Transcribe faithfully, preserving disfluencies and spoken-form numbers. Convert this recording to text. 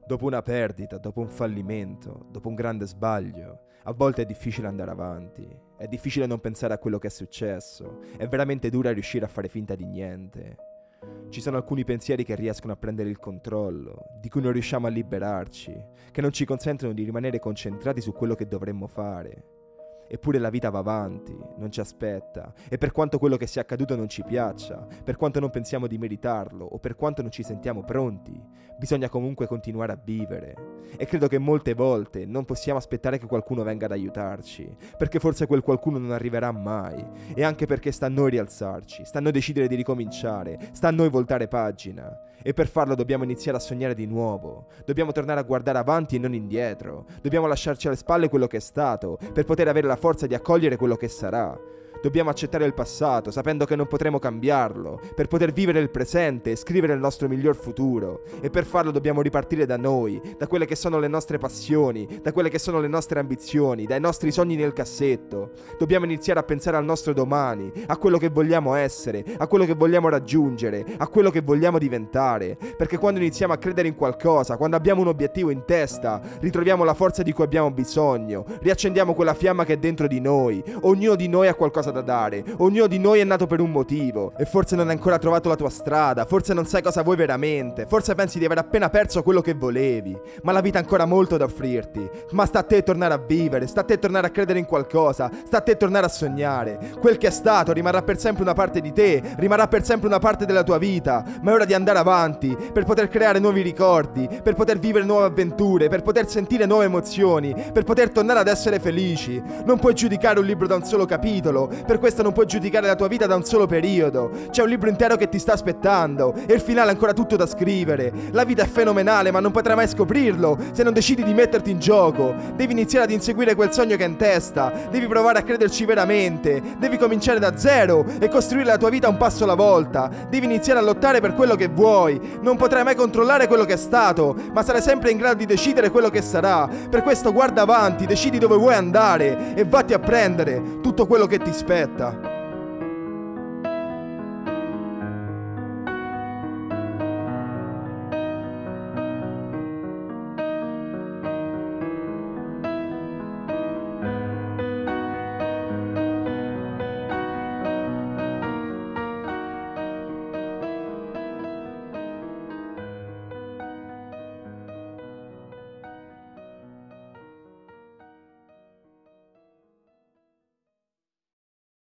Dopo una perdita, dopo un fallimento, dopo un grande sbaglio, a volte è difficile andare avanti, è difficile non pensare a quello che è successo, è veramente dura riuscire a fare finta di niente. Ci sono alcuni pensieri che riescono a prendere il controllo, di cui non riusciamo a liberarci, che non ci consentono di rimanere concentrati su quello che dovremmo fare. Eppure la vita va avanti, non ci aspetta, e per quanto quello che sia accaduto non ci piaccia, per quanto non pensiamo di meritarlo o per quanto non ci sentiamo pronti, bisogna comunque continuare a vivere. E credo che molte volte non possiamo aspettare che qualcuno venga ad aiutarci, perché forse quel qualcuno non arriverà mai, e anche perché sta a noi rialzarci, sta a noi decidere di ricominciare, sta a noi voltare pagina. E per farlo dobbiamo iniziare a sognare di nuovo, dobbiamo tornare a guardare avanti e non indietro, dobbiamo lasciarci alle spalle quello che è stato, per poter avere la forza di accogliere quello che sarà. Dobbiamo accettare il passato, sapendo che non potremo cambiarlo, per poter vivere il presente e scrivere il nostro miglior futuro. E per farlo dobbiamo ripartire da noi, da quelle che sono le nostre passioni, da quelle che sono le nostre ambizioni, dai nostri sogni nel cassetto. Dobbiamo iniziare a pensare al nostro domani, a quello che vogliamo essere, a quello che vogliamo raggiungere, a quello che vogliamo diventare. Perché quando iniziamo a credere in qualcosa, quando abbiamo un obiettivo in testa, ritroviamo la forza di cui abbiamo bisogno, riaccendiamo quella fiamma che è dentro di noi. Ognuno di noi ha qualcosa da dare, ognuno di noi è nato per un motivo, e forse non hai ancora trovato la tua strada, forse non sai cosa vuoi veramente, forse pensi di aver appena perso quello che volevi, ma la vita ha ancora molto da offrirti. Ma sta a te tornare a vivere, sta a te tornare a credere in qualcosa, sta a te tornare a sognare. Quel che è stato rimarrà per sempre una parte di te, rimarrà per sempre una parte della tua vita, ma è ora di andare avanti per poter creare nuovi ricordi, per poter vivere nuove avventure, per poter sentire nuove emozioni, per poter tornare ad essere felici. Non puoi giudicare un libro da un solo capitolo, per questo non puoi giudicare la tua vita da un solo periodo. C'è un libro intero che ti sta aspettando e il finale è ancora tutto da scrivere. La vita è fenomenale, ma non potrai mai scoprirlo se non decidi di metterti in gioco. Devi iniziare ad inseguire quel sogno che hai in testa, devi provare a crederci veramente, devi cominciare da zero e costruire la tua vita un passo alla volta. Devi iniziare a lottare per quello che vuoi. Non potrai mai controllare quello che è stato, ma sarai sempre in grado di decidere quello che sarà. Per questo guarda avanti, decidi dove vuoi andare e vatti a prendere tutto quello che ti spetta.